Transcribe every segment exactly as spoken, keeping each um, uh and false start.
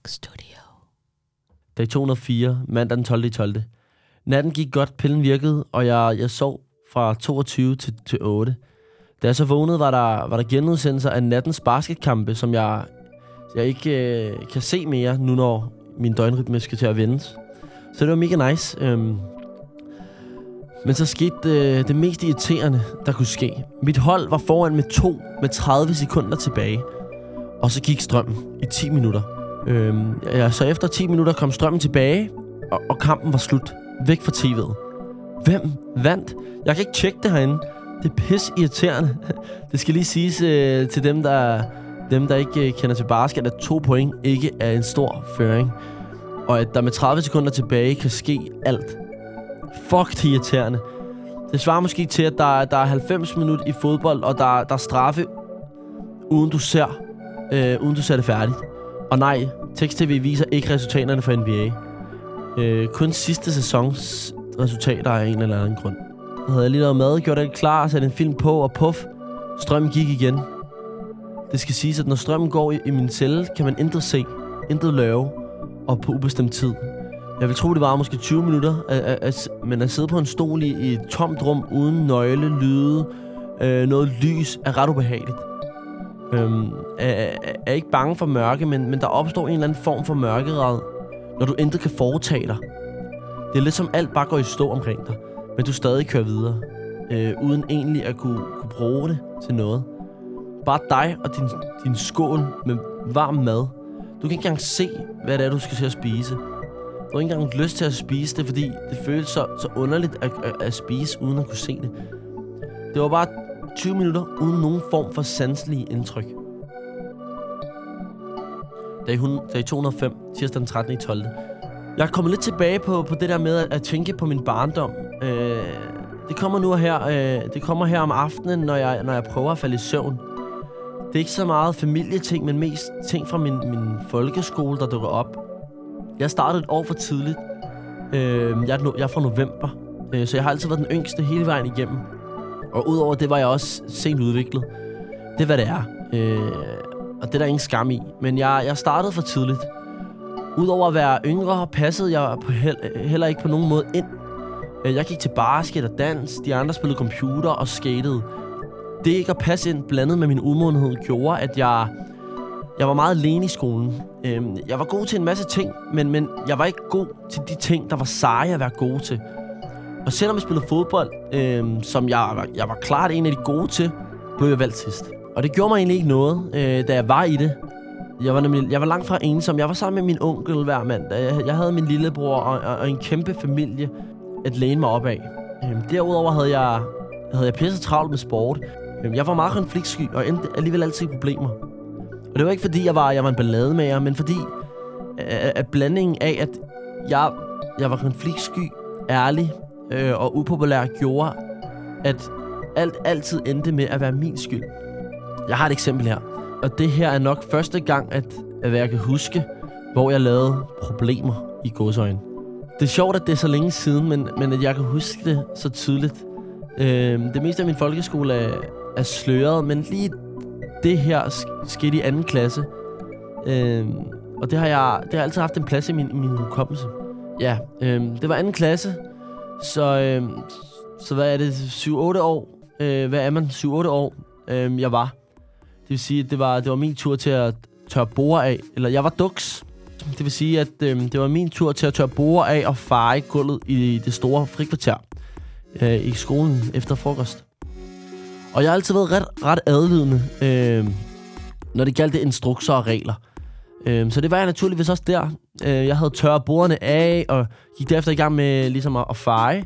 Studio. Dag to hundrede og fire, mandag den tolvte tolvte Natten gik godt, pillen virkede, og jeg, jeg sov fra toogtyve til, til otte. Da jeg så vågnede, var der, var der genudsendelser af nattens basketkampe, som jeg, jeg ikke øh, kan se mere, nu når min døgnrytme skal til at vendes. Så det var mega nice. Øhm. Men så skete øh, det mest irriterende, der kunne ske. Mit hold var foran med to med tredive sekunder tilbage. Og så gik strømmen i ti minutter. Øhm, ja, så efter ti minutter kom strømmen tilbage, og, og kampen var slut. Væk fra tv'et. Hvem vandt? Jeg kan ikke tjekke det herinde. Det er pis irriterende. Det skal lige siges øh, til dem, der, dem, der ikke øh, kender til basket, at to point ikke er en stor føring. Og at der med tredive sekunder tilbage kan ske alt. Fuck, det er irriterende. Det svarer måske til, at der, der er halvfems minutter i fodbold, og der, der er straffe, uden du ser, øh, uden du ser det færdigt. Og nej, tekst-tv viser ikke resultaterne for N B A. Øh, kun sidste sæsons resultater af en eller anden grund. Jeg havde lige lavet mad, gjort alt klar, sat en film på, og puff, strømmen gik igen. Det skal siges, at når strømmen går i, i min celle, kan man intet se, intet lave, og på ubestemt tid. Jeg vil tro, det var måske tyve minutter, at, at, at, men at sidde på en stol i, i et tomt rum, uden nøgle, lyde, øh, noget lys, er ret ubehageligt. Øhm, er, er ikke bange for mørke, men, men der opstår en eller anden form for mørkered, når du intet kan foretage dig. Det er lidt som alt bare går i stå omkring dig, men du stadig kører videre, øh, uden egentlig at kunne, kunne bruge det til noget. Bare dig og din, din skål med varm mad. Du kan ikke engang se, hvad det er, du skal til at spise. Du har ikke engang lyst til at spise det, fordi det føles så, så underligt at, at, at spise, uden at kunne se det. Det var bare tyve minutter uden nogen form for sanselige indtryk. Dag, dag to hundrede og fem, tirsdag den trettende tolvte Jeg er kommet lidt tilbage på, på det der med at, at tænke på min barndom. Øh, det kommer nu her, øh, det kommer her om aftenen, når jeg, når jeg prøver at falde i søvn. Det er ikke så meget familieting, men mest ting fra min, min folkeskole, der dukker op. Jeg startede et år for tidligt. Øh, jeg, er, jeg er fra november, øh, så jeg har altid været den yngste hele vejen igennem. Og udover det var jeg også sent udviklet. Det er, hvad det er. Øh, og det er der ingen skam i. Men jeg, jeg startede for tidligt. Udover at være yngre, passede jeg på hel, heller ikke på nogen måde ind. Jeg gik til basket og dans. De andre spillede computer og skatede. Det ikke at passe ind, blandet med min umodenhed, gjorde, at jeg, jeg var meget alene i skolen. Jeg var god til en masse ting, men, men jeg var ikke god til de ting, der var seje at være god til. Og selvom jeg spillede fodbold, øh, som jeg, jeg var klart en af de gode til, blev jeg valgt sidst. Og det gjorde mig egentlig ikke noget, øh, da jeg var i det. Jeg var, nemlig, jeg var langt fra ensom. Jeg var sammen med min onkel hver mandag. Jeg, jeg havde min lillebror og, og, og en kæmpe familie at læne mig op af. Øh, derudover havde jeg, havde jeg pisse travlt med sport. Øh, jeg var meget konfliktsky og endte alligevel altid problemer. Og det var ikke fordi, jeg var, jeg var en ballademager, men fordi øh, at blandingen af, at jeg, jeg var konfliktsky, ærlig, Øh, og upopulær gjorde, at alt altid endte med at være min skyld. Jeg har et eksempel her. Og det her er nok første gang, at, at jeg kan huske, hvor jeg lavede problemer i gåseøjne. Det er sjovt, at det er så længe siden, men, men at jeg kan huske det så tydeligt. Øh, det meste af min folkeskole er, er sløret, men lige det her skete i anden klasse. Øh, og det har, jeg, det har altid haft en plads i min, i min hukommelse. Ja, øh, det var anden klasse. Så, øh, så hvad er det? syv otte år? Øh, hvad er man? syv otte år, øh, jeg var. Det vil sige, at det var, det var min tur til at tørre borde af. Eller jeg var duks. Det vil sige, at øh, det var min tur til at tørre borde af og feje gulvet i det store frikvarter øh, i skolen efter frokost. Og jeg har altid været ret, ret adlydende, øh, når det galt instrukser og regler. Øh, så det var jeg naturligvis også der. Øh, jeg havde tørret bordene af og gik derefter i gang med ligesom at, at feje.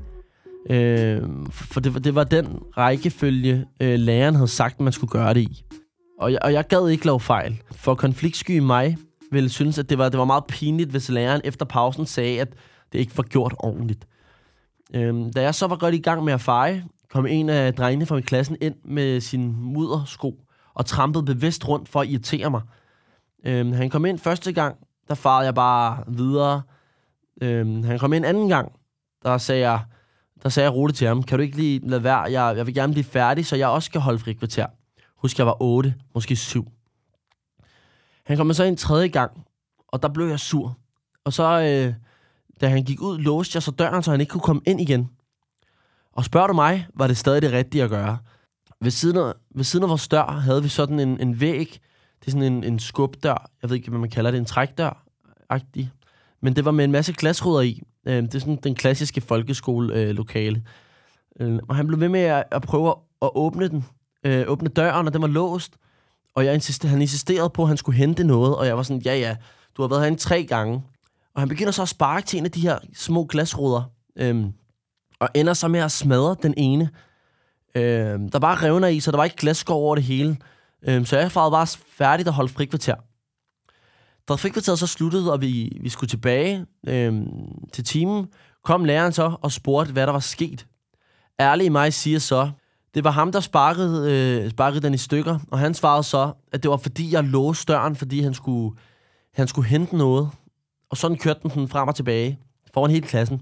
Øh, for det, det var den rækkefølge, øh, læreren havde sagt, at man skulle gøre det i. Og jeg, og jeg gad ikke lave fejl. For konfliktsky i mig ville synes, at det var, det var meget pinligt, hvis læreren efter pausen sagde, at det ikke var gjort ordentligt. Øh, da jeg så var godt i gang med at feje, kom en af drengene fra min klassen ind med sin muddersko og trampede bevidst rundt for at irritere mig. Øh, han kom ind første gang, der farede jeg bare videre. Øh, han kom ind anden gang, der sagde jeg, der sagde jeg roligt til ham, kan du ikke lige lade være, jeg, jeg vil gerne blive færdig, så jeg også skal holde frikvarter. Husk, jeg var otte, måske syv. Han kom så ind tredje gang, Og der blev jeg sur. Og så, øh, da han gik ud, låste jeg så døren, så han ikke kunne komme ind igen. Og spørger du mig, var det stadig det rigtige at gøre. Ved siden af, ved siden af vores dør havde vi sådan en, en væg. Det er sådan en, en skubdør. Jeg ved ikke, hvad man kalder det. En trækdør-agtig. Men det var med en masse glasruder i. Øh, det er sådan den klassiske folkeskole-lokale. Øh, og han blev ved med at, at prøve at åbne den. Øh, åbne døren, og den var låst. Og jeg insister, han insisterede på, at han skulle hente noget. Og jeg var sådan, ja ja, du har været herinde tre gange. Og han begynder så at sparke til en af de her små glasruder. Øh, og ender så med at smadre den ene. Øh, der var revner i, så der var ikke glasskår over det hele. Øh, så jeg var bare færdig at holde frikvarter. Da frikvarteret så sluttede, og vi, vi skulle tilbage øh, til timen, kom læreren så og spurgte, hvad der var sket. Ærlig i mig siger så, det var ham, der sparkede, øh, sparkede den i stykker, og han svarede så, at det var fordi, jeg låste døren, fordi han skulle, han skulle hente noget. Og sådan kørte den sådan frem og tilbage foran hele klassen.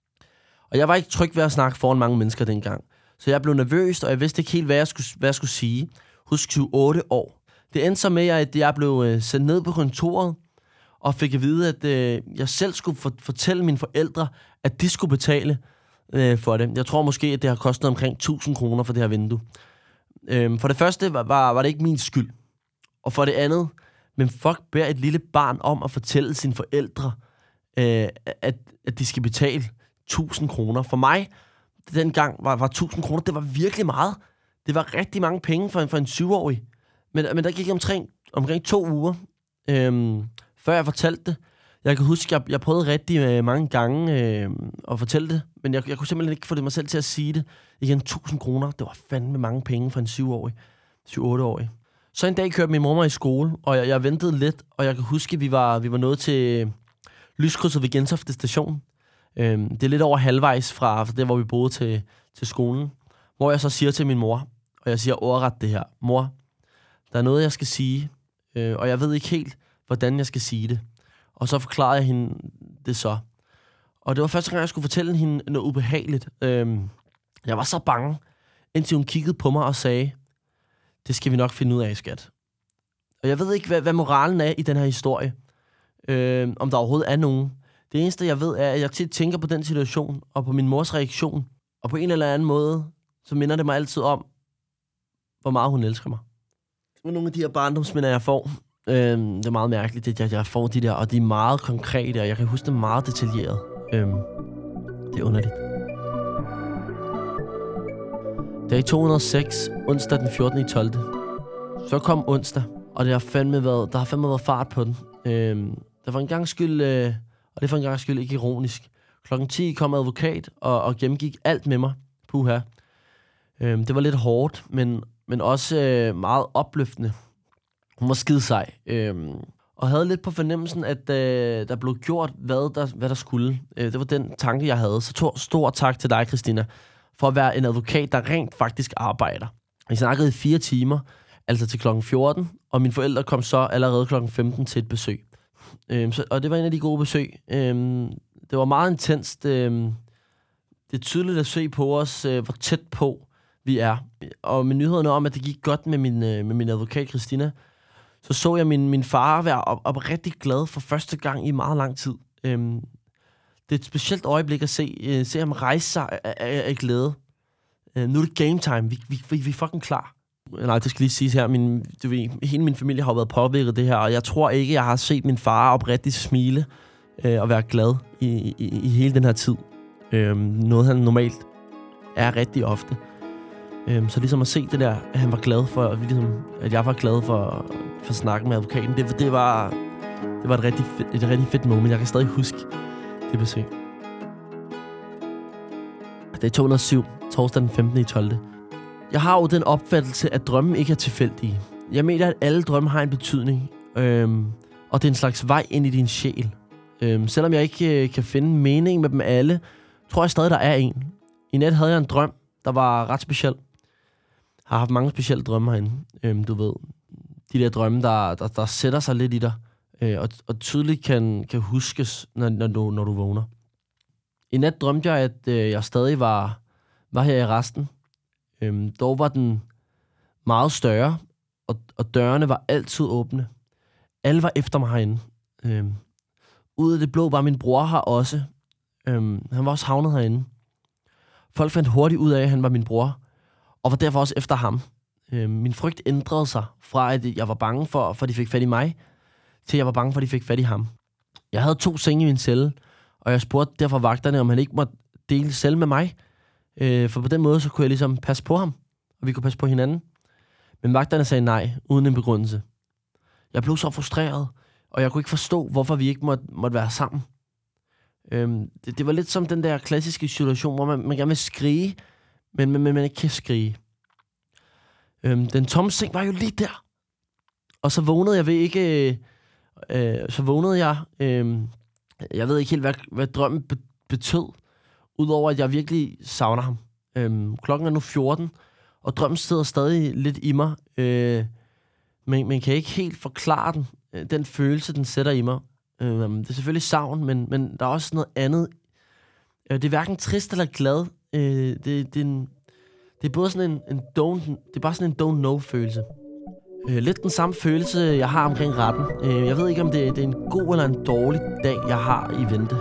Og jeg var ikke tryg ved at snakke foran mange mennesker dengang. Så jeg blev nervøs, og jeg vidste ikke helt, hvad jeg skulle, hvad jeg skulle sige. Husk syv otte år. Det endte så med, at jeg blev øh, sendt ned på kontoret, og fik at vide, at øh, jeg selv skulle for, fortælle mine forældre, at de skulle betale øh, for det. Jeg tror måske, at det har kostet omkring tusind kroner for det her vindue. Øh, for det første var, var, var det ikke min skyld. Og for det andet, men fuck beder et lille barn om at fortælle sine forældre, øh, at, at de skal betale tusind kroner. For mig, dengang var, var tusind kroner, det var virkelig meget. Det var rigtig mange penge for en, for en syvårig. Men, men der gik omkring, omkring to uger, øhm, før jeg fortalte det. Jeg kan huske, jeg, jeg prøvede rigtig øh, mange gange øh, at fortælle det, men jeg, jeg kunne simpelthen ikke få det mig selv til at sige det. Igen, tusind kroner, det var fandme mange penge for en syvårig, syv-otte-årig. Så en dag kørte min mor mig i skole, og jeg, jeg ventede lidt, og jeg kan huske, at vi var, vi var nået til lyskrydset ved Gentofte station. Øhm, det er lidt over halvvejs fra, fra der, hvor vi boede til, til skolen, hvor jeg så siger til min mor, og jeg siger ordret det her, mor, der er noget, jeg skal sige, øh, og jeg ved ikke helt, hvordan jeg skal sige det. Og så forklarede jeg hende det så. Og det var første gang, jeg skulle fortælle hende noget ubehageligt. Øh, jeg var så bange, indtil hun kiggede på mig og sagde, det skal vi nok finde ud af, skat. Og jeg ved ikke, hvad, hvad moralen er i den her historie. Øh, om der overhovedet er nogen. Det eneste, jeg ved, er, at jeg tit tænker på den situation, og på min mors reaktion. Og på en eller anden måde, så minder det mig altid om, hvor meget hun elsker mig. Det var nogle af de her barndomsminder, jeg får. Øhm, det er meget mærkeligt, at jeg, jeg får de der, og de er meget konkrete, og jeg kan huske det meget detaljeret. Øhm, det er underligt. Dag to hundrede og seks, onsdag den fjortende tolvte Så kom onsdag, og det har fandme været, der har fandme været fart på den. Øhm, der var en gang skyld, øh, og det er for en gang skyld ikke ironisk. Klokken ti kom advokat og, og gennemgik alt med mig. Puha. Øhm, det var lidt hårdt, men, men også øh, meget opløftende. Hun var skide sej. Øhm, og havde lidt på fornemmelsen, at øh, der blev gjort, hvad der, hvad der skulle. Øh, det var den tanke, jeg havde. Så to, stor tak til dig, Christina, for at være en advokat, der rent faktisk arbejder. Vi snakkede i fire timer, altså til klokken fjorten, og mine forældre kom så allerede klokken femten til et besøg. Øhm, så, og det var en af de gode besøg. Øhm, det var meget intenst. Øhm, det er tydeligt at se på os, øh, hvor tæt på vi er. Og med nyhederne om, at det gik godt med min, øh, med min advokat, Christina, så så jeg min, min far være op, op rigtig glad for første gang i meget lang tid. Øhm, det er et specielt øjeblik at se, øh, se ham rejse sig af, af, af glæde. Øh, nu er det game time. Vi, vi, vi, vi er fucking klar. Nej, det skal lige siges her. Min, du ved, hele min familie har været påvirket af det her, og jeg tror ikke, jeg har set min far oprigtigt smile øh, og være glad i, i, i hele den her tid. Øh, noget, han normalt er rigtig ofte. Øh, så ligesom at se det der, at han var glad for, ligesom, at jeg var glad for, for at snakke med advokaten, det, det, var, det var et rigtig, fedt, et rigtig fedt moment. Jeg kan stadig huske det besøg. Det er to hundrede og syv, torsdag den femtende tolvte Jeg har jo den opfattelse, at drømme ikke er tilfældige. Jeg mener, at alle drømme har en betydning, øhm, og det er en slags vej ind i din sjæl. Øhm, selvom jeg ikke øh, kan finde mening med dem alle, tror jeg stadig, der er en. I nat havde jeg en drøm, der var ret speciel. Jeg har haft mange specielle drømme herinde. Øhm, du ved, de der drømme, der, der, der sætter sig lidt i dig, øh, og, og tydeligt kan, kan huskes, når, når, du, når du vågner. I nat drømte jeg, at øh, jeg stadig var, var her i resten. Øhm, dog var den meget større, og, og dørene var altid åbne. Alle var efter mig herinde. Øhm, ud af det blå var min bror her også. Øhm, han var også havnet herinde. Folk fandt hurtigt ud af, at han var min bror, og var derfor også efter ham. Øhm, min frygt ændrede sig fra, at jeg var bange for, for de fik fat i mig, til jeg var bange for, at de fik fat i ham. Jeg havde to senge i min celle, og jeg spurgte derfor vagterne, om han ikke måtte dele celle med mig. Øh, for på den måde, så kunne jeg ligesom passe på ham, og vi kunne passe på hinanden. Men vagterne sagde nej, uden en begrundelse. Jeg blev så frustreret, og jeg kunne ikke forstå, hvorfor vi ikke måtte, måtte være sammen. Øhm, det, det var lidt som den der klassiske situation, hvor man, man gerne vil skrige, men, men, men man ikke kan skrige. Øhm, den tomme seng var jo lige der. Og så vågnede jeg ved ikke... Øh, så vågnede jeg... Øh, jeg ved ikke helt, hvad, hvad drømmen be- betød, udover at jeg virkelig savner ham. Øhm, klokken er nu fjorten, og drømmen sidder stadig lidt i mig. Øh, men man kan ikke helt forklare den. Den følelse, den sætter i mig. Øh, det er selvfølgelig savn, men, men der er også noget andet. Øh, det er hverken trist eller glad. Øh, det, det, er en, det er både sådan en, en don't, det er bare sådan en don't know-følelse. Øh, lidt den samme følelse, jeg har omkring retten. Øh, jeg ved ikke, om det, det er en god eller en dårlig dag, jeg har i vente.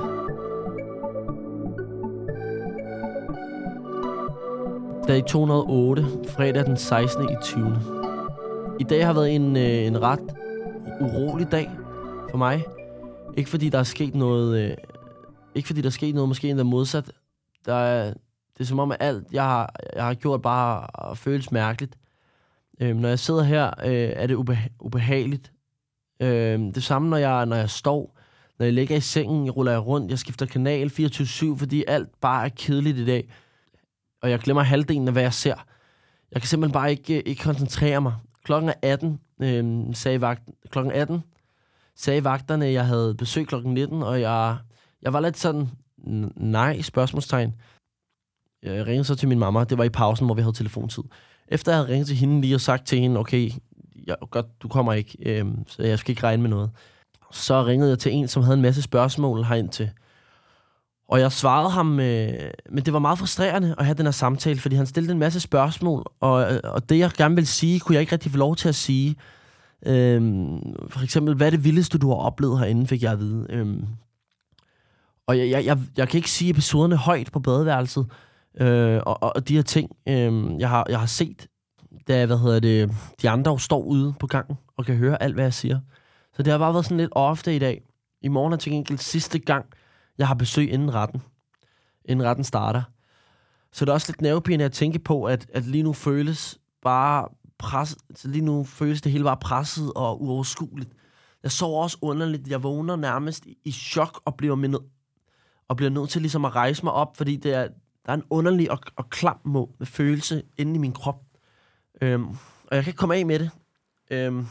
Dag to hundrede og otte, fredag den sekstende i tyvende I dag har været en, øh, en ret urolig dag for mig. Ikke fordi der er sket noget, øh, ikke fordi der er sket noget, måske endda modsat. Der er, det er som om, at alt, jeg har, jeg har gjort, bare føles mærkeligt. Øh, når jeg sidder her, øh, er det ubeha- ubehageligt. Øh, det samme, når jeg, når jeg står. Når jeg ligger i sengen, jeg ruller jeg rundt, jeg skifter kanal fireogtyve syv, fordi alt bare er kedeligt i dag. Og jeg glemmer halvdelen af, hvad jeg ser. Jeg kan simpelthen bare ikke, ikke koncentrere mig. Klokken er atten, øh, sagde vagten. Klokken atten sagde vagterne, at jeg havde besøg klokken nitten, og jeg, jeg var lidt sådan, nej, spørgsmålstegn. Jeg ringede så til min mamma, det var i pausen, hvor vi havde telefontid. Efter jeg havde ringet til hende lige og sagt til hende, okay, jeg, godt, du kommer ikke, øh, så jeg skal ikke regne med noget. Så ringede jeg til en, som havde en masse spørgsmål herind til. Og jeg svarede ham, øh, men det var meget frustrerende at have den her samtale, fordi han stillede en masse spørgsmål, og, og det jeg gerne ville sige, kunne jeg ikke rigtig få lov til at sige. Øhm, for eksempel, hvad er det vildeste, du har oplevet herinde, fik jeg at vide. Øhm, og jeg, jeg, jeg, jeg kan ikke sige episoderne højt på badeværelset, øh, og, og de her ting, øh, jeg, har, jeg har set, da hvad hedder det, de andre står ude på gangen, og kan høre alt, hvad jeg siger. Så det har bare været sådan lidt ofte i dag. I morgen er til gengæld sidste gang, jeg har besøg inden retten. Inden retten starter. Så det er også lidt nervepirrende at tænke på, at, at lige nu føles bare presset. Lige nu føles det hele bare presset og uoverskueligt. Jeg sover også underligt. Jeg vågner nærmest i, i chok og bliver, med, og bliver nødt til ligesom at rejse mig op, fordi det er, der er en underlig og, og klam må, følelse inde i min krop. Øhm, og jeg kan ikke komme af med det. Øhm,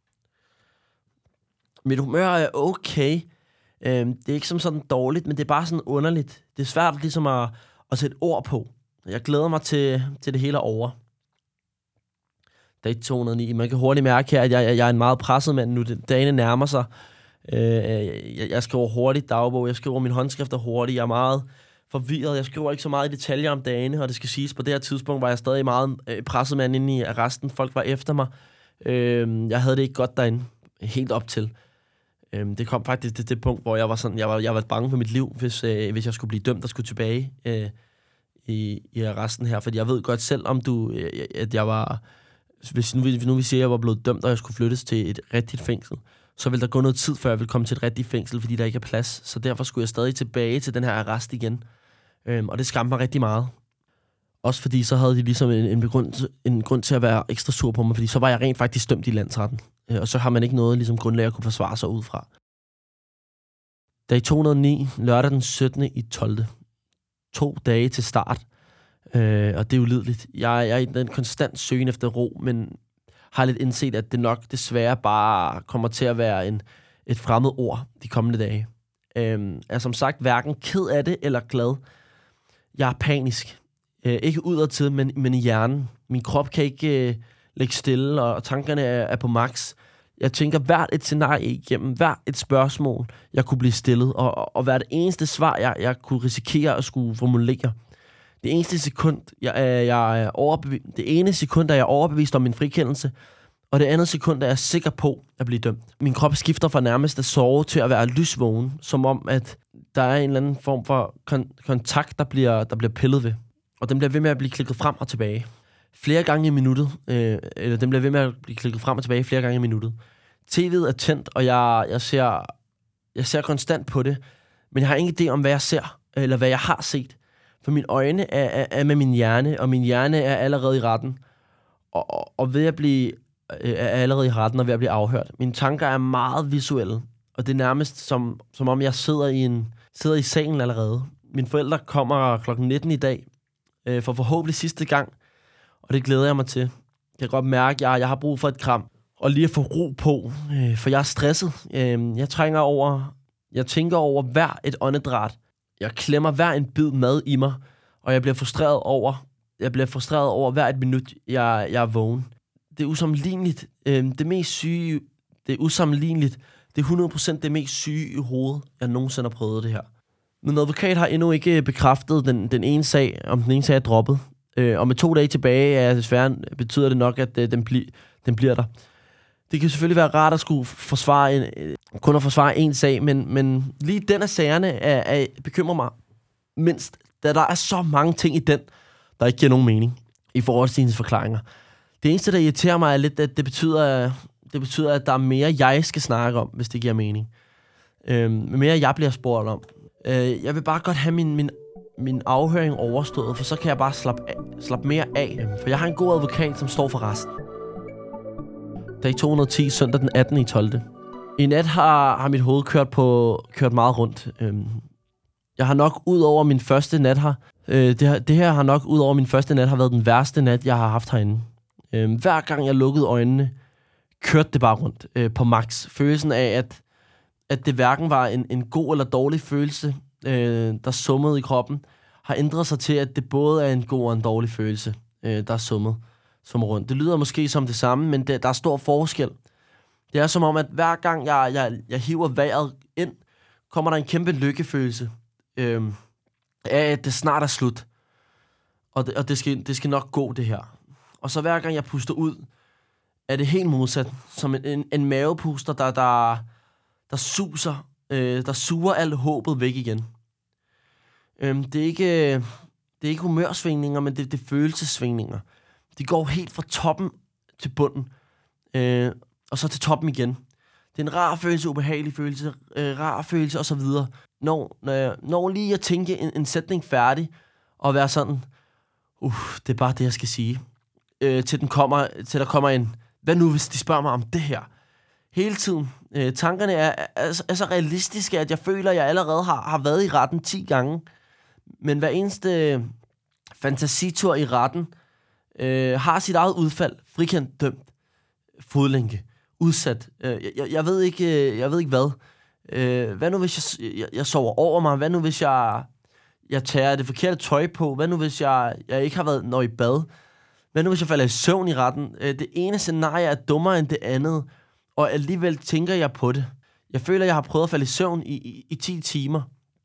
mit humør er okay. Øhm, det er ikke som sådan dårligt, men det er bare sådan underligt. Det er svært ligesom at, at sætte ord på. Jeg glæder mig til, til det hele er over. Dag to hundrede og ni. Man kan hurtigt mærke her, at jeg, jeg er en meget presset mand nu. Dagene nærmer sig. Øh, jeg, jeg skriver hurtigt dagbog. Jeg skriver mine håndskrifter hurtigt. Jeg er meget forvirret. Jeg skriver ikke så meget i detaljer om dagene, og det skal siges, på det her tidspunkt var jeg stadig meget øh, presset mand inde i arresten. Folk var efter mig. Øh, jeg havde det ikke godt derinde. Helt op til. Øhm, det kom faktisk til det punkt, hvor jeg var sådan, jeg var, jeg var bange for mit liv, hvis, øh, hvis jeg skulle blive dømt og skulle tilbage øh, i, i arresten her. Fordi jeg ved godt selv, om du, øh, at jeg var, hvis nu, nu vi siger, at jeg var blevet dømt, og jeg skulle flyttes til et rigtigt fængsel, så ville der gå noget tid, før jeg ville komme til et rigtigt fængsel, fordi der ikke er plads. Så derfor skulle jeg stadig tilbage til den her arrest igen. Øhm, og det skræmte mig rigtig meget. Også fordi så havde de ligesom en, en, begrund, en grund til at være ekstra sur på mig, fordi så var jeg rent faktisk dømt i landsretten. Og så har man ikke noget ligesom grundlag at kunne forsvare sig ud fra. Dag to hundrede og ni, lørdag den syttende i tolvte To dage til start. Øh, og det er ulideligt. Jeg, jeg er i den konstant søgen efter ro, men har lidt indset, at det nok desværre bare kommer til at være en, et fremmed ord de kommende dage. Øh, er som sagt hverken ked af det eller glad. Jeg er panisk. Øh, ikke udadtil, men, men i hjernen. Min krop kan ikke øh, ligge stille, og, og tankerne er, er på max. Jeg tænker hvert et scenarie igennem, hvert et spørgsmål, jeg kunne blive stillet, og, og, og hvert eneste svar, jeg, jeg kunne risikere at skulle formulere. Det eneste sekund, jeg, jeg er overbevist, det ene sekund, der jeg er overbevist om min frikendelse, Og det andet sekund er jeg sikker på at blive dømt. Min krop skifter fra nærmest at sove til at være lysvågen, som om at der er en eller anden form for kon- kontakt, der bliver, der bliver pillet ved. Og den bliver ved med at blive klikket frem og tilbage. Flere gange i minuttet. Øh, eller den bliver ved med at blive klikket frem og tilbage flere gange i minuttet. T V'et er tændt, og jeg, jeg, ser, jeg ser konstant på det. Men jeg har ingen idé om, hvad jeg ser, eller hvad jeg har set. For mine øjne er, er, er med min hjerne, og min hjerne er allerede i retten. Og, og, og ved at blive, øh, er allerede i retten og ved at blive afhørt. Mine tanker er meget visuelle, og det er nærmest som, som om jeg sidder i, en, sidder i salen allerede. Mine forældre kommer klokken nitten i dag, øh, for forhåbentlig sidste gang, og det glæder jeg mig til. Jeg kan godt mærke, at jeg, jeg har brug for et kram, og lige at få ro på, øh, for jeg er stresset. Øh, jeg trænger over, jeg tænker over hver et åndedræt. Jeg klemmer hver en bid mad i mig, og jeg bliver frustreret over, jeg bliver frustreret over hver et minut, jeg, jeg er vågen. Det er usammenligneligt. Øh, det mest syge, det er usammenligneligt. Det er hundrede procent det mest syge i hovedet, jeg nogensinde har prøvet det her. Men advokat har endnu ikke bekræftet den, den ene sag, om den ene sag er droppet. Øh, og med to dage tilbage, er desværre, betyder det nok, at øh, den, bli, den bliver der. Det kan selvfølgelig være rart at skulle forsvare en, øh, kun at forsvare en sag, men, men lige den af sagerne er, er, bekymrer mig mindst, da der er så mange ting i den, der ikke giver nogen mening i forhold til hendes forklaringer. Det eneste, der irriterer mig, er lidt, at det betyder, det betyder, at der er mere, jeg skal snakke om, hvis det giver mening. Øh, mere, jeg bliver spurgt om. Øh, jeg vil bare godt have min, min, min afhøring overstået, for så kan jeg bare slappe, af, slappe mere af. For jeg har en god advokat, som står for resten. Dag to hundrede og ti, søndag den attende tolvte I nat har, har mit hoved kørt, på, kørt meget rundt. Øh, jeg har nok ud over min første nat her, øh, det, her, det her har nok ud over min første nat har været den værste nat, jeg har haft herinde. Øh, hver gang jeg lukkede øjnene, kørte det bare rundt øh, på max. Følelsen af, at at det hverken var en, en god eller dårlig følelse, øh, der summede i kroppen, har ændret sig til, at det både er en god og en dårlig følelse, øh, der er summet, summer rundt. Det lyder måske som det samme, men det, der er stor forskel. Det er som om, at hver gang jeg, jeg, jeg hiver vejret ind, kommer der en kæmpe lykkefølelse øh, af, at det snart er slut. Og, det, og det, skal, det skal nok gå, det her. Og så hver gang jeg puster ud, er det helt modsat. Som en, en, en mavepuster, der... der der suser, øh, der suger alt håbet væk igen. Øhm, det er ikke, det er ikke humørsvingninger, men det, det er følelsesvingninger. De går helt fra toppen til bunden, øh, og så til toppen igen. Det er en rar følelse, ubehagelig følelse, øh, rar følelse osv. Når, når, jeg, når lige at tænke en, en sætning færdig, og være sådan, uh, det er bare det, jeg skal sige. Øh, til, den kommer, til der kommer en, hvad nu hvis de spørger mig om det her? Hele tiden. Øh, tankerne er, er, er så realistiske, at jeg føler, at jeg allerede har, har været i retten ti gange. Men hver eneste øh, fantasitur i retten øh, har sit eget udfald. Frikendt, dømt, fodlænke, udsat. Øh, jeg, jeg, ved ikke, jeg ved ikke hvad. Øh, hvad nu hvis jeg, jeg, jeg sover over mig? Hvad nu hvis jeg, jeg tager det forkerte tøj på? Hvad nu hvis jeg, jeg ikke har været når i bad? Hvad nu hvis jeg falder i søvn i retten? Øh, det ene scenarie er dummere end det andet. Og alligevel tænker jeg på det. Jeg føler, jeg har prøvet at falde i søvn i, i, i ti timer.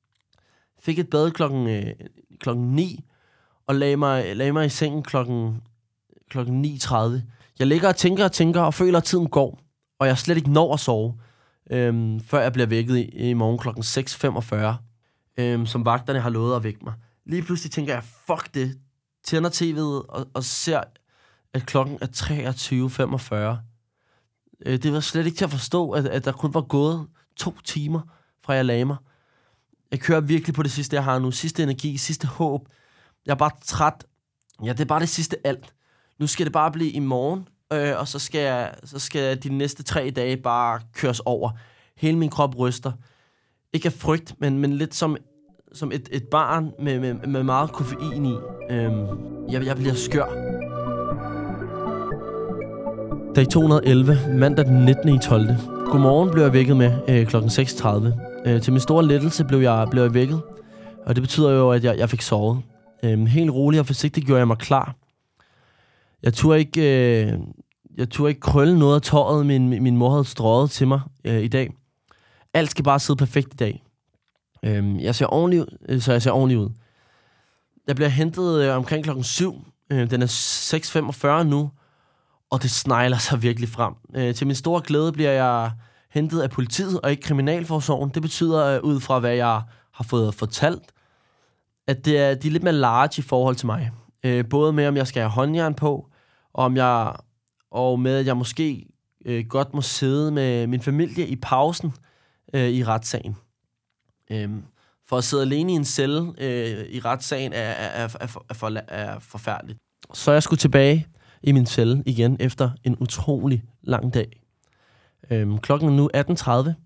Fik et bad klokken, øh, klokken ni, og lagde mig, lagde mig i sengen klokken, klokken ni tredive. Jeg ligger og tænker og tænker, og føler, at tiden går. Og jeg slet ikke når at sove, øhm, før jeg bliver vækket i, i morgen klokken seks femogfyrre, øhm, som vagterne har lovet at vække mig. Lige pludselig tænker jeg, fuck det. Tænder tv'et og, og ser, at klokken er treogtyve femogfyrre. Det var slet ikke til at forstå, at, at der kun var gået to timer, fra jeg lagde mig. Jeg kører virkelig på det sidste, jeg har nu. Sidste energi, sidste håb. Jeg er bare træt. Ja, det er bare det sidste alt. Nu skal det bare blive i morgen, øh, og så skal, jeg, så skal de næste tre dage bare køres over. Hele min krop ryster. Ikke af frygt, men, men lidt som, som et, et barn med, med, med meget koffein i. Øhm, jeg, jeg bliver skør. Dag to hundrede og elleve, mandag den nittende tolvte Godmorgen blev jeg vækket med øh, klokken seks tredive. Øh, til min store lettelse blev jeg, blev jeg vækket, og det betyder jo, at jeg, jeg fik sovet. Øh, helt roligt og forsigtigt gjorde jeg mig klar. Jeg turde ikke, øh, jeg turde ikke krølle noget af tøjet, min, min mor havde strøget til mig øh, i dag. Alt skal bare sidde perfekt i dag. Øh, jeg ser ordentlig, øh, så jeg ser ordentlig ud. Jeg bliver hentet øh, omkring klokken syv. Øh, den er seks femogfyrre nu. og det snegler sig virkelig frem. Øh, til min store glæde bliver jeg hentet af politiet og ikke kriminalforsorgen. Det betyder, øh, ud fra hvad jeg har fået fortalt, at det er, de er lidt mere large i forhold til mig. Øh, både med, om jeg skal have håndjern på, og, om jeg, og med, at jeg måske øh, godt må sidde med min familie i pausen øh, i retssagen. Øh, for at sidde alene i en celle øh, i retssagen er, er, er, er, er, for, er forfærdeligt. Så jeg skulle tilbage i min celle igen efter en utrolig lang dag. Øh, klokken er nu atten tredive,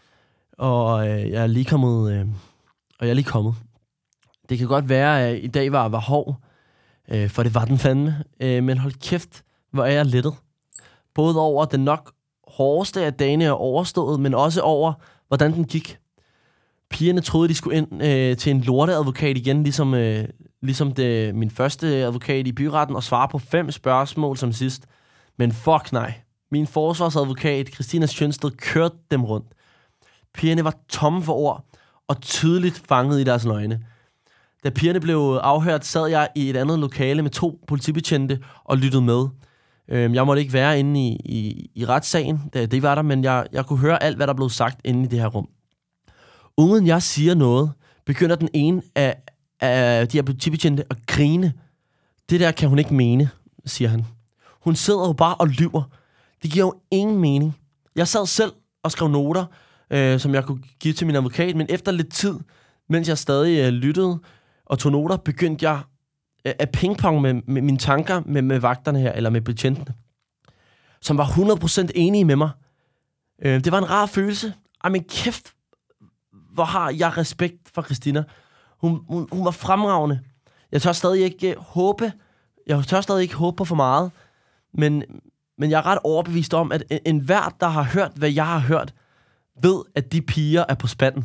og øh, jeg er lige kommet... Øh, og jeg er lige kommet. Det kan godt være, at i dag var, var hård, øh, for det var den fandme. Øh, men hold kæft, hvor er jeg lettet. Både over den nok hårdeste af dagene er overstået, men også over, hvordan den gik. Pigerne troede, de skulle ind øh, til en lorteadvokat igen, ligesom, øh, ligesom det, min første advokat i byretten, og svare på fem spørgsmål som sidst. Men fuck nej. Min forsvarsadvokat, Christina Sjønsted, kørte dem rundt. Pigerne var tomme for ord, og tydeligt fanget i deres løgne. Da pigerne blev afhørt, sad jeg i et andet lokale med to politibetjente og lyttede med. Jeg måtte ikke være inde i, i, i retssagen, det var der, men jeg, jeg kunne høre alt, hvad der blev sagt inde i det her rum. Uden jeg siger noget, begynder den ene af, af de her politibetjente at grine. Det der kan hun ikke mene, siger han. Hun sidder jo bare og lyver. Det giver jo ingen mening. Jeg sad selv og skrev noter, øh, som jeg kunne give til min advokat, men efter lidt tid, mens jeg stadig øh, lyttede og tog noter, begyndte jeg øh, at pingpong med, med mine tanker med, med vagterne her, eller med betjentene, som var hundrede procent enige med mig. Øh, det var en rar følelse. Ej, men kæft, hvor har jeg respekt for Christina. Hun, hun, hun var fremragende. Jeg tør stadig ikke uh, håbe, jeg tør stadig ikke håbe på for meget, men, men jeg er ret overbevist om, at enhver, der har hørt, hvad jeg har hørt, ved, at de piger er på spanden.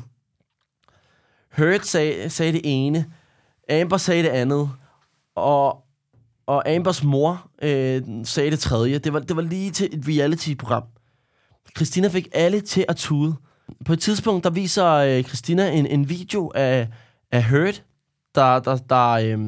Heard sag, sagde det ene, Amber sagde det andet, og, og Ambers mor øh, sagde det tredje. Det var, det var lige til et reality-program. Christina fik alle til at tude. På et tidspunkt, der viser øh, Christina en, en video af, af Heard, der, der, der, øh,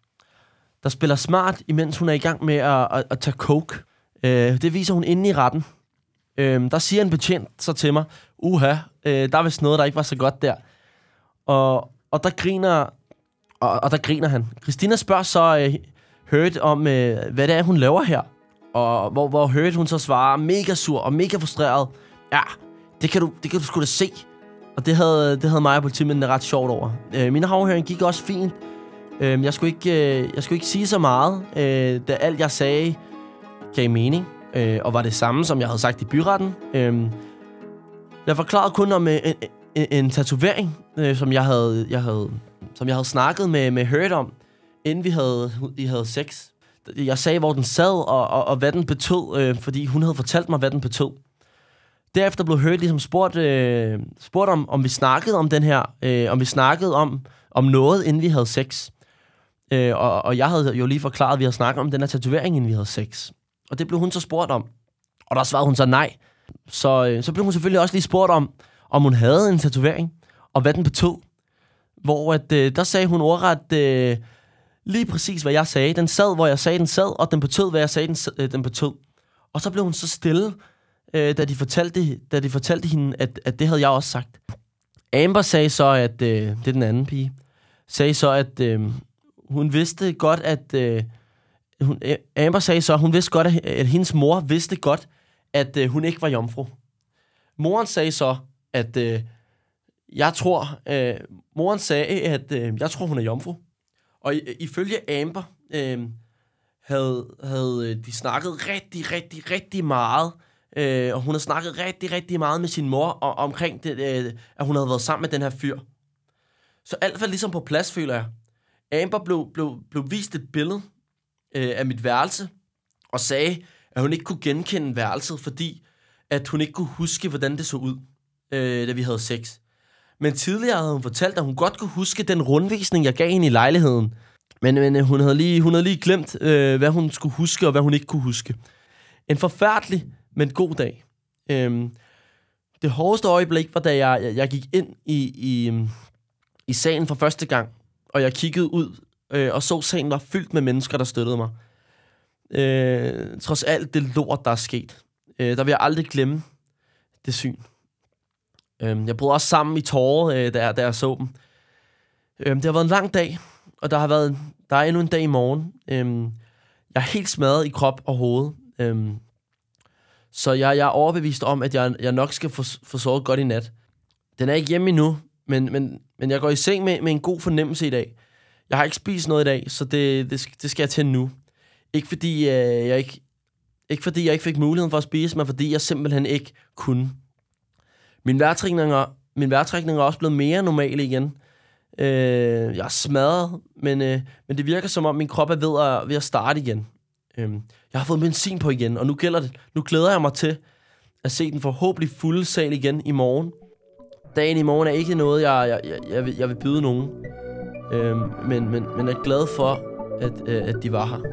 der spiller smart, imens hun er i gang med at, at, at tage coke. Øh, det viser hun inde i retten. Øh, der siger en betjent så til mig, uha, øh, der er vist noget, der ikke var så godt der. Og, og der griner og, og der griner han. Christina spørger så øh, Heard om, øh, hvad det er, hun laver her. Og hvor, hvor Heard, hun så svarer mega sur og mega frustreret. Ja, det kan du, det kan du sgu da se. Og det havde, det havde mig og politimændene ret sjovt over. Øh, min afhøring gik også fint. Øh, jeg, skulle ikke, øh, jeg skulle ikke sige så meget, øh, da alt jeg sagde gav mening. Øh, og var det samme, som jeg havde sagt i byretten. Øh, jeg forklarede kun om øh, en, en, en tatovering, øh, som, jeg havde, jeg havde, som jeg havde snakket med, med Heard om, inden vi havde, vi havde sex. Jeg sagde, hvor den sad, og, og, og hvad den betød, øh, fordi hun havde fortalt mig, hvad den betød. Derefter blev Heard ligesom spurgt, øh, spurgt om, om vi snakkede om den her, øh, om vi snakkede om, om noget, inden vi havde sex. Øh, og, og jeg havde jo lige forklaret, at vi havde snakket om den her tatovering, inden vi havde sex. Og det blev hun så spurgt om. Og der svarede hun så nej. Så, øh, så blev hun selvfølgelig også lige spurgt om, om hun havde en tatovering, og hvad den betød. Hvor at, øh, der sagde hun ordret øh, lige præcis, hvad jeg sagde. Den sad, hvor jeg sagde, den sad, og den betød, hvad jeg sagde, den, øh, den betød. Og så blev hun så stille, øh, da, de fortalte, da de fortalte hende, at, at det havde jeg også sagt. Amber sagde så, at øh, det er den anden pige, sagde så, at øh, hun vidste godt, at... Øh, hun, Amber sagde så, at hun vidste godt, at, at hendes mor vidste godt, at øh, hun ikke var jomfru. Moren sagde så, at øh, jeg tror... Øh, moren sagde, at øh, jeg tror, hun er jomfru. Og i, ifølge Amber øh, havde, havde de snakket rigtig, rigtig, rigtig meget. Øh, og hun har snakket rigtig, rigtig meget med sin mor og, omkring, det, øh, at hun havde været sammen med den her fyr. Så alt var ligesom på plads, føler jeg. Amber blev, blev, blev vist et billede øh, af mit værelse, og sagde, at hun ikke kunne genkende værelset, fordi at hun ikke kunne huske, hvordan det så ud, øh, da vi havde sex. Men tidligere havde hun fortalt, at hun godt kunne huske den rundvisning, jeg gav hende i lejligheden. Men, men hun, havde lige, hun havde lige glemt, øh, hvad hun skulle huske, og hvad hun ikke kunne huske. En forfærdelig, men god dag. Øhm, det hårdeste øjeblik var, da jeg, jeg, jeg gik ind i, i, i salen for første gang, og jeg kiggede ud øh, og så salen var fyldt med mennesker, der støttede mig. Øh, trods alt det lort, der er sket. Øh, der vil jeg aldrig glemme det syn. Øh, jeg brød også sammen i tårer, øh, da, jeg, da jeg så dem. Øh, det har været en lang dag, og der har været, der er endnu en dag i morgen. Øh, jeg er helt smadret i krop og hoved. Øh, så jeg, jeg er overbevist om, at jeg, jeg nok skal få, få sovet godt i nat. Den er ikke hjemme endnu, men, men, men jeg går i seng med, med en god fornemmelse i dag. Jeg har ikke spist noget i dag, så det, det, det skal jeg til nu. Ikke fordi, øh, jeg ikke, ikke fordi jeg ikke fik muligheden for at spise, men fordi jeg simpelthen ikke kunne. Min vejrtrækning er, min vejrtrækning er også blevet mere normal igen. Øh, jeg er smadret, men, øh, men det virker som om min krop er ved at, ved at starte igen. Øh, jeg har fået benzin på igen, og nu, gælder det, nu glæder jeg mig til at se den forhåbentlig fulde sal igen i morgen. Dagen i morgen er ikke noget, jeg, jeg, jeg, jeg, vil, jeg vil byde nogen. Øh, men, men, men jeg er glad for, at, øh, at de var her.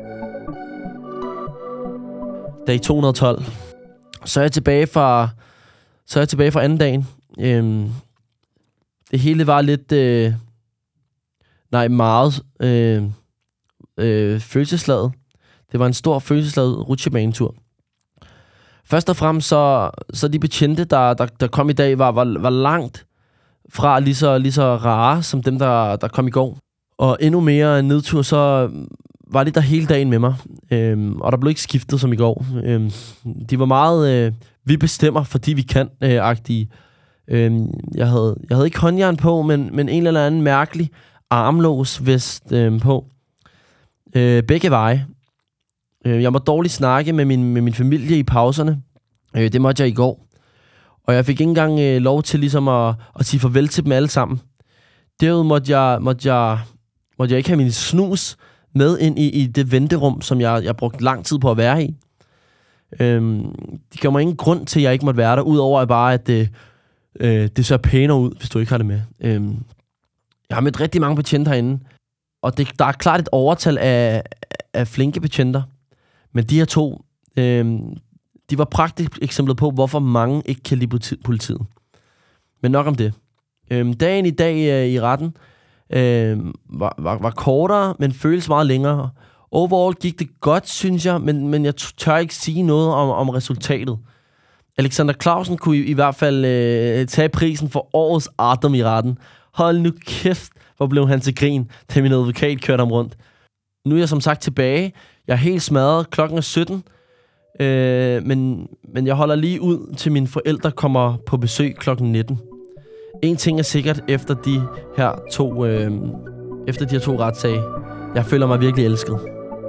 Dag to hundrede og tolv. Så er jeg tilbage fra, så er jeg tilbage fra anden dagen. Øhm, det hele var lidt, øh, nej, meget øh, øh, følelsesladet. Det var en stor følelsesladet rutsjebanetur. Først og fremmest så, så de betjente, der, der, der kom i dag, var, var, var langt fra lige så, lige så rare som dem, der, der kom i går. Og endnu mere nedtur, så var de der hele dagen med mig. Øhm, og der blev ikke skiftet som i går. Øhm, de var meget, øh, vi bestemmer, fordi vi kan, øh, agtige. Øhm, jeg, havde, jeg havde ikke håndjern på, men, men en eller anden mærkelig armlås vest øh, på. Øh, begge veje. Øh, jeg må dårligt snakke med min, med min familie i pauserne. Øh, det måtte jeg i går. Og jeg fik ikke engang øh, lov til ligesom at, at sige farvel til dem alle sammen. Derud måtte jeg, måtte jeg, måtte jeg ikke have min snus med ind i, i det venterum, som jeg, jeg brugte lang tid på at være i. Øhm, det gav mig ingen grund til, at jeg ikke måtte være der, udover at bare, at det, øh, det ser pænere ud, hvis du ikke har det med. Øhm, jeg har mødt rigtig mange betjente herinde, og det, der er klart et overtal af, af flinke betjenter. Men de her to, øh, de var praktisk eksempler på, hvorfor mange ikke kan lide politiet. Men nok om det. Øhm, dagen i dag øh, i retten øh, var, var, var kortere, men føles meget længere. Overall gik det godt, synes jeg, men, men jeg tør ikke sige noget om, om resultatet. Alexander Clausen kunne i, i hvert fald øh, tage prisen for årets Adam i retten. Hold nu kæft, hvor blev han til grin, da min advokat kørte ham rundt. Nu er jeg som sagt tilbage. Jeg er helt smadret. Klokken er sytten. Øh, men, men jeg holder lige ud, til mine forældre kommer på besøg klokken nitten. En ting er sikkert efter de her to, øh, efter de her to retssage. Jeg føler mig virkelig elsket.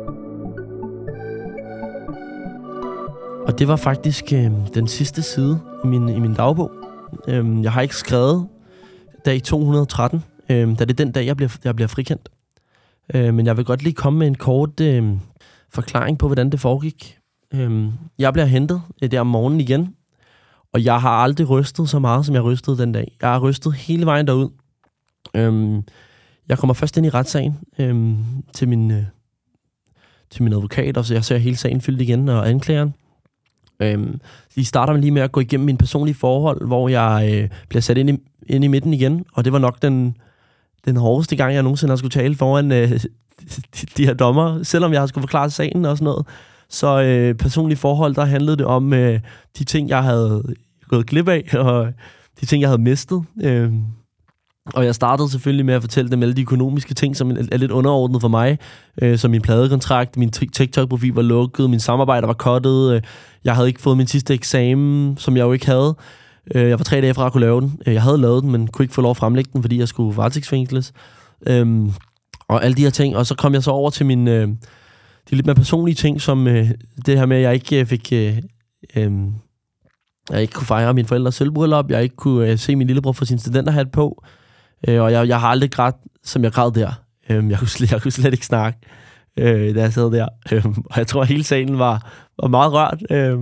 Og det var faktisk øh, den sidste side i min, i min dagbog. Øh, jeg har ikke skrevet dag to hundrede og tretten, øh, da det er den dag, jeg bliver, jeg bliver frikendt. Øh, men jeg vil godt lige komme med en kort øh, forklaring på, hvordan det foregik. Øh, jeg bliver hentet øh, der om morgenen igen. Og jeg har aldrig rystet så meget, som jeg rystede den dag. Jeg har rystet hele vejen derud. Øhm, jeg kommer først ind i retssagen øhm, til, min, øh, til min advokat, og så jeg ser hele sagen fyldt igen, og anklageren. Øhm, de starter lige med at gå igennem mine personlige forhold, hvor jeg øh, bliver sat ind i, ind i midten igen. Og det var nok den, den hårdeste gang, jeg nogensinde har skulle tale foran øh, de, de her dommer, selvom jeg har skulle forklare sagen og sådan noget. Så øh, personlige forhold, der handlede det om øh, de ting, jeg havde gået glip af, og de ting, jeg havde mistet. Øh, og jeg startede selvfølgelig med at fortælle dem alle de økonomiske ting, som er lidt underordnet for mig. Øh, som min pladekontrakt, min TikTok-profil var lukket, min samarbejde var cuttet. Øh, jeg havde ikke fået min sidste eksamen, som jeg jo ikke havde. Øh, jeg var tre dage fra at kunne lave den. Jeg havde lavet den, men kunne ikke få lov at fremlægge den, fordi jeg skulle varetægtsfængsles. Øh, og alle de her ting. Og så kom jeg så over til min... Øh, de lidt mere personlige ting, som øh, det her med, at jeg ikke øh, fik... Øh, øh, jeg ikke kunne fejre min forældres sølvbryllup, jeg ikke kunne øh, se min lillebror få sin studenterhat på, øh, og jeg, jeg har aldrig grædt, som jeg græd der. Øh, jeg, kunne slet, jeg kunne slet ikke snakke, øh, da jeg sad der. Øh, og jeg tror, at hele salen var, var meget rørt. Øh,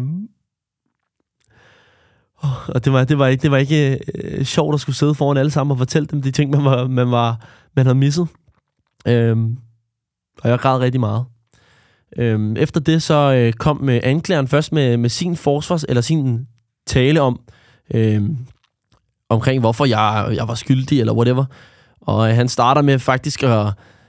og det var, det var ikke, det var ikke øh, sjovt at skulle sidde foran alle sammen og fortælle dem de ting, man, var, man, var, man havde misset. Øh, og jeg græd rigtig meget. Øhm, efter det så øh, kom øh, anklageren først med, med sin forsvars eller sin tale om øh, omkring hvorfor jeg, jeg var skyldig eller whatever. Og øh, han starter med faktisk at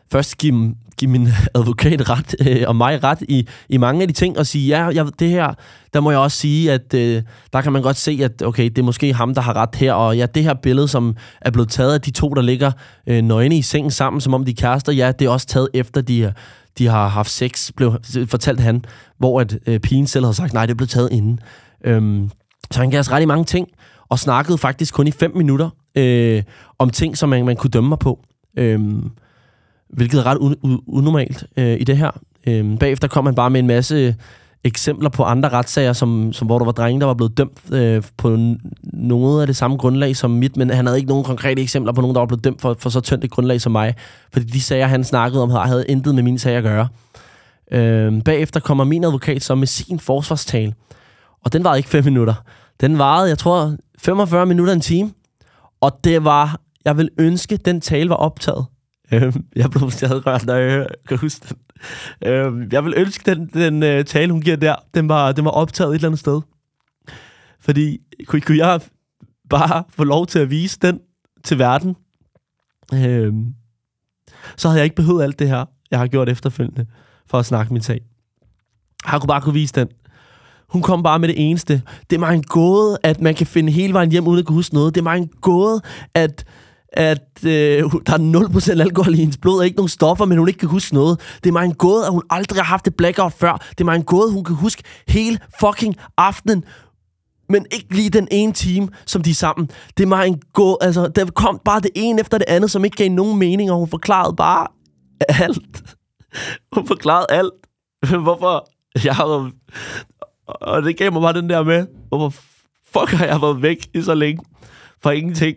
først give, give min advokat ret, øh, og mig ret i, i mange af de ting, og sige, ja, jeg, det her, der må jeg også sige, at øh, der kan man godt se, at okay, det er måske ham, der har ret her, og ja, det her billede, som er blevet taget af de to, der ligger øh, nøgne i sengen sammen, som om de er kærester, ja, det er også taget efter, de, de har haft sex, blev fortalt han, hvor at øh, pigen selv havde sagt, nej, det er blevet taget inden. Øhm, så han gav os ret i mange ting, og snakkede faktisk kun i fem minutter øh, om ting, som man, man kunne dømme mig på. Øhm, hvilket er ret un- un- unormalt øh, i det her. Øhm, bagefter kom han bare med en masse eksempler på andre retssager, som, som, hvor der var drenge, der var blevet dømt øh, på n- noget af det samme grundlag som mit, men han havde ikke nogen konkrete eksempler på nogen, der var blevet dømt for, for så tyndt et grundlag som mig. Fordi de sager, han snakkede om, havde intet med mine sager at gøre. Øhm, bagefter kommer min advokat så med sin forsvarstale. Og den varede ikke fem minutter. Den varede, jeg tror, femogfyrre minutter en time. Og det var, jeg vil ønske, den tale var optaget. Øhm, jeg blev stadig rørt, når jeg kan huske den. Øhm, jeg vil ønske, den, den uh, tale, hun giver der, den var, den var optaget et eller andet sted. Fordi, kunne, kunne jeg bare få lov til at vise den til verden, øhm, så havde jeg ikke behøvet alt det her, jeg har gjort efterfølgende, for at snakke min sag. Jeg kunne bare kunne vise den. Hun kom bare med det eneste. Det er mig en gåde, at man kan finde hele vejen hjem, uden at kunne huske noget. Det er mig en gåde, at, at øh, der er nul procent alkohol i hendes blod, og ikke nogen stoffer, men hun ikke kan huske noget. Det er mig en gåde, at hun aldrig har haft et blackout før. Det er mig en gåde, hun kan huske hele fucking aftenen, men ikke lige den ene time, som de er sammen. Det er mig en gåde. Altså, der kom bare det ene efter det andet, som ikke gav nogen mening, og hun forklarede bare alt. Hun forklarede alt. Hvorfor jeg har... Og det gav mig bare den der med, hvorfor fuck har jeg været væk i så længe? For ingenting.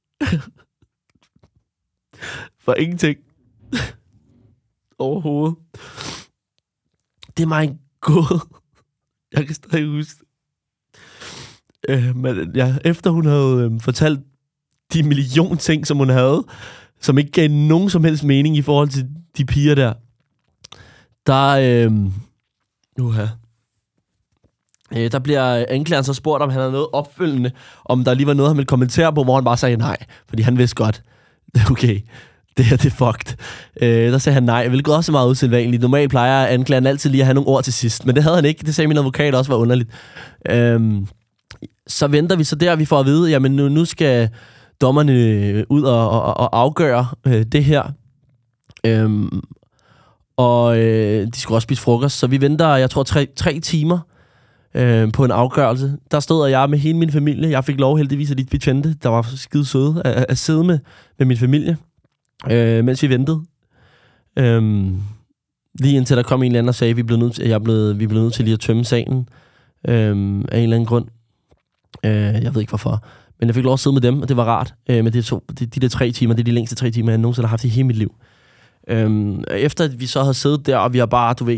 For ingenting. Overhovedet. Det er mig en gåde. Jeg kan stadig huske det. Øh, men ja, efter hun havde øh, fortalt de million ting, som hun havde, som ikke gav nogen som helst mening i forhold til de piger der, der... Øh, uha. Øh, der bliver anklageren så spurgt, om han havde noget opfølgende, om der lige var noget, han ville kommentere på, hvor han bare sagde nej, fordi han vidste godt, okay, det her, det er fucked. Øh, der sagde han nej, hvilket også er meget usædvanligt. Normalt plejer anklageren altid lige at have nogle ord til sidst, men det havde han ikke. Det sagde min advokat også var underligt. Øh, så venter vi så der, vi får at vide, jamen nu, nu skal dommerne ud og, og, og afgøre øh, det her. Øh, og øh, de skulle også spise frokost, så vi venter, jeg tror, tre, tre timer Øh, på en afgørelse. Der stod jeg med hele min familie. Jeg fik lov heldigvis af de betjente, der var skide søde, at, at sidde med, med min familie, øh, mens vi ventede. Øh, lige indtil der kom en eller anden og sagde, at vi blev nødt til, jeg blev, vi blev nødt til lige at tømme salen øh, af en eller anden grund. Øh, jeg ved ikke hvorfor. Men jeg fik lov at sidde med dem, og det var rart. Øh, men det to, de, de der tre timer, det er de længste tre timer, jeg nogensinde har haft i hele mit liv. Øh, efter at vi så havde siddet der, og vi har bare, du ved,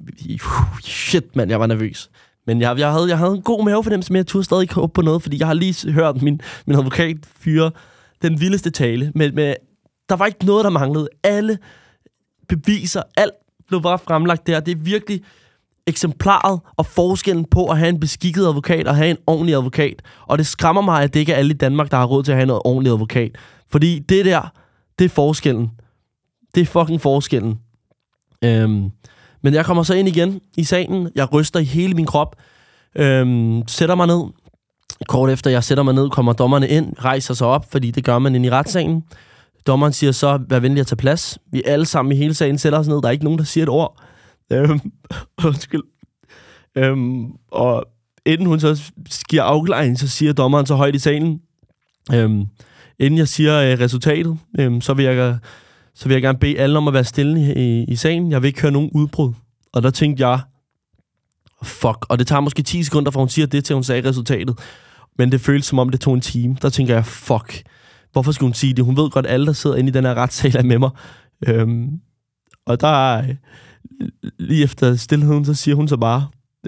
shit mand, jeg var nervøs. Men jeg, jeg, havde, jeg havde en god mavefornemmelse med, at jeg turde stadig ikke på noget, fordi jeg har lige hørt min, min advokat fyre den vildeste tale. Med, med, der var ikke noget, der manglede. Alle beviser, alt blev bare fremlagt der. Det er virkelig eksemplaret og forskellen på at have en beskikket advokat og have en ordentlig advokat. Og det skræmmer mig, at det ikke er alle i Danmark, der har råd til at have en ordentlig advokat. Fordi det der, det er forskellen. Det er fucking forskellen. Øhm... Men jeg kommer så ind igen i salen. Jeg ryster i hele min krop. Øhm, sætter mig ned. Kort efter jeg sætter mig ned, kommer dommerne ind. Rejser sig op, fordi det gør man ind i retssalen. Dommeren siger så, vær venlig at tage plads. Vi alle sammen i hele salen sætter os ned. Der er ikke nogen, der siger et ord. Øhm, undskyld. Øhm, og inden hun så giver afklaringen, så siger dommeren så højt i salen. Øhm, inden jeg siger øh, resultatet, øhm, så vil jeg... så vil jeg gerne bede alle om at være stille i, i sagen. Jeg vil ikke høre nogen udbrud. Og der tænkte jeg, fuck. Og det tager måske ti sekunder, fra hun siger det, til hun sagde resultatet. Men det føles som om, det tog en time. Der tænker jeg, fuck. Hvorfor skulle hun sige det? Hun ved godt, alle, der sidder inde i den her retssal, er med mig. Øhm, og der er... Lige efter stillheden, så siger hun så bare,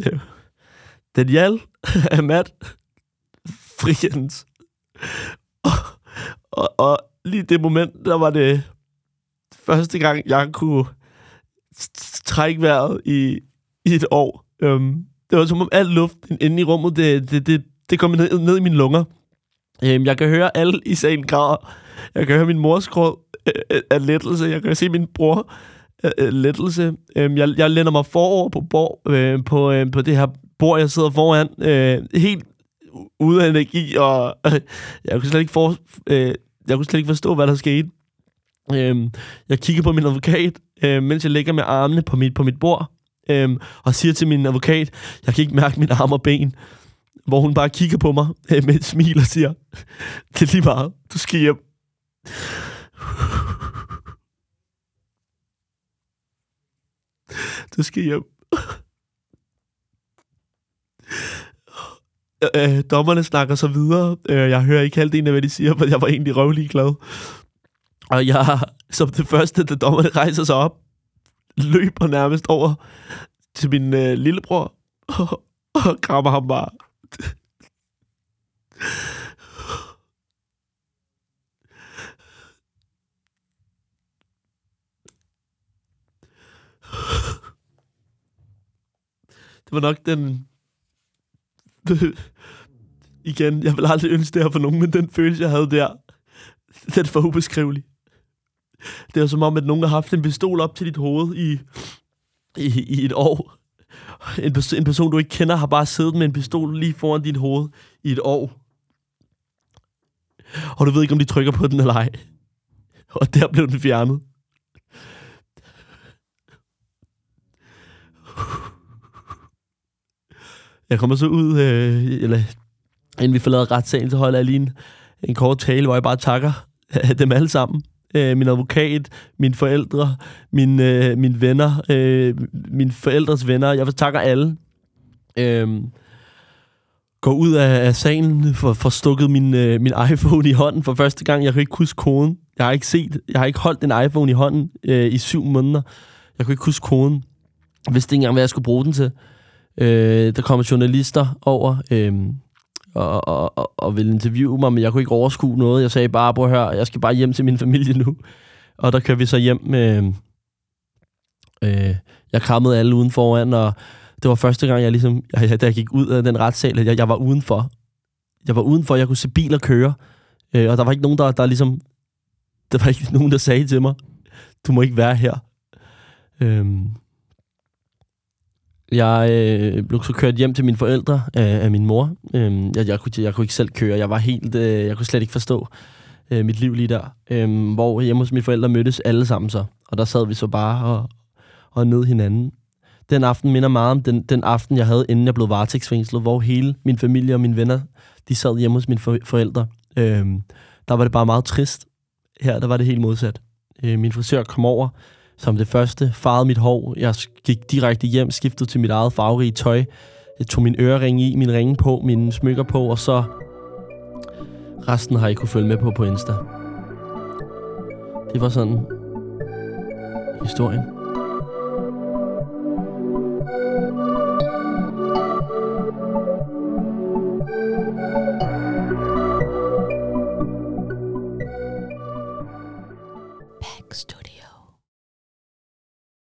Daniel, Ahmad, frikendes. Og, og, og lige det moment, der var det... første gang, jeg kunne trække vejret i, i et år. Um, det var som om alt luft inde i rummet, det, det, det, det kom ned, ned i mine lunger. Øhm, jeg kan høre alle i salen græder. Jeg kan høre min mors gråd øh, af lettelse. Jeg kan se min bror øh, lettelse. Øhm, jeg, jeg lænder mig forover på, bord, øh, på, øh, på det her bord, jeg sidder foran. Øh, helt ude af energi, og øh, jeg kunne slet ikke for, øh, jeg kunne slet ikke forstå, hvad der skete. Øh, jeg kigger på min advokat, øh, mens jeg ligger med armene på mit, på mit bord, øh, og siger til min advokat, jeg kan ikke mærke mine arme og ben, hvor hun bare kigger på mig øh, med et smil og siger, det er lige meget, du skal hjem. Du skal hjem. Øh, dommerne snakker så videre. Øh, jeg hører ikke halvdelen af, hvad de siger, for jeg var egentlig røvlig glad. Og jeg, som det første, da dommerne rejser sig op, løber nærmest over til min øh, lillebror og, og krammer ham bare. Det var nok den... Igen, jeg vil aldrig ønske det her for nogen, men den følelse, jeg havde der, den var ubeskrivelig. Det var som om, at nogen har haft en pistol op til dit hoved i, i, i et år. En, pers- en person, du ikke kender, har bare siddet med en pistol lige foran dit hoved i et år. Og du ved ikke, om de trykker på den eller ej. Og der blev den fjernet. Jeg kommer så ud, øh, eller inden vi forlader retssagen, så holder jeg lige en, en kort tale, hvor jeg bare takker dem alle sammen. Øh, min advokat, mine forældre, mine, øh, mine venner, øh, mine forældres venner. Jeg vil takke alle. Øh, går ud af, af sagen, for, for stukket min, øh, min iPhone i hånden for første gang. Jeg kan ikke huske koden. Jeg har ikke set, jeg har ikke holdt en iPhone i hånden øh, i syv måneder. Jeg kunne ikke huske koden. Jeg vidste ikke engang, hvad jeg skulle bruge den til. Øh, der kommer journalister over øh, og, og, og, og ville interviewe mig, men jeg kunne ikke overskue noget. Jeg sagde bare, prøv at høre, jeg skal bare hjem til min familie nu. Og der kører vi så hjem med... Øh, jeg krammede alle uden foran, og det var første gang, jeg ligesom, jeg, da jeg gik ud af den retssal, at jeg, jeg var udenfor. Jeg var udenfor, jeg kunne se biler køre, øh, og der var ikke nogen, der, der ligesom... Der var ikke nogen, der sagde til mig, du må ikke være her. Øh, Jeg øh, blev så kørt hjem til mine forældre af, af min mor. Øh, jeg, jeg, kunne, jeg kunne ikke selv køre. Jeg var helt, øh, jeg kunne slet ikke forstå øh, mit liv lige der. Øh, hvor hjemme hos mine forældre mødtes alle sammen så. Og der sad vi så bare og, og nød hinanden. Den aften minder meget om den, den aften, jeg havde, inden jeg blev varetægtsfængslet, hvor hele min familie og mine venner, de sad hjemme hos mine for, forældre. Øh, der var det bare meget trist. Her, der var det helt modsat. Øh, min frisør kom over som det første, farvede mit hår. Jeg gik direkte hjem, skiftede til mit eget farverige tøj. Jeg tog min ørering i, min ringe på, mine smykker på, og så resten har I kunne følge med på på Insta. Det var sådan historien. Backstory.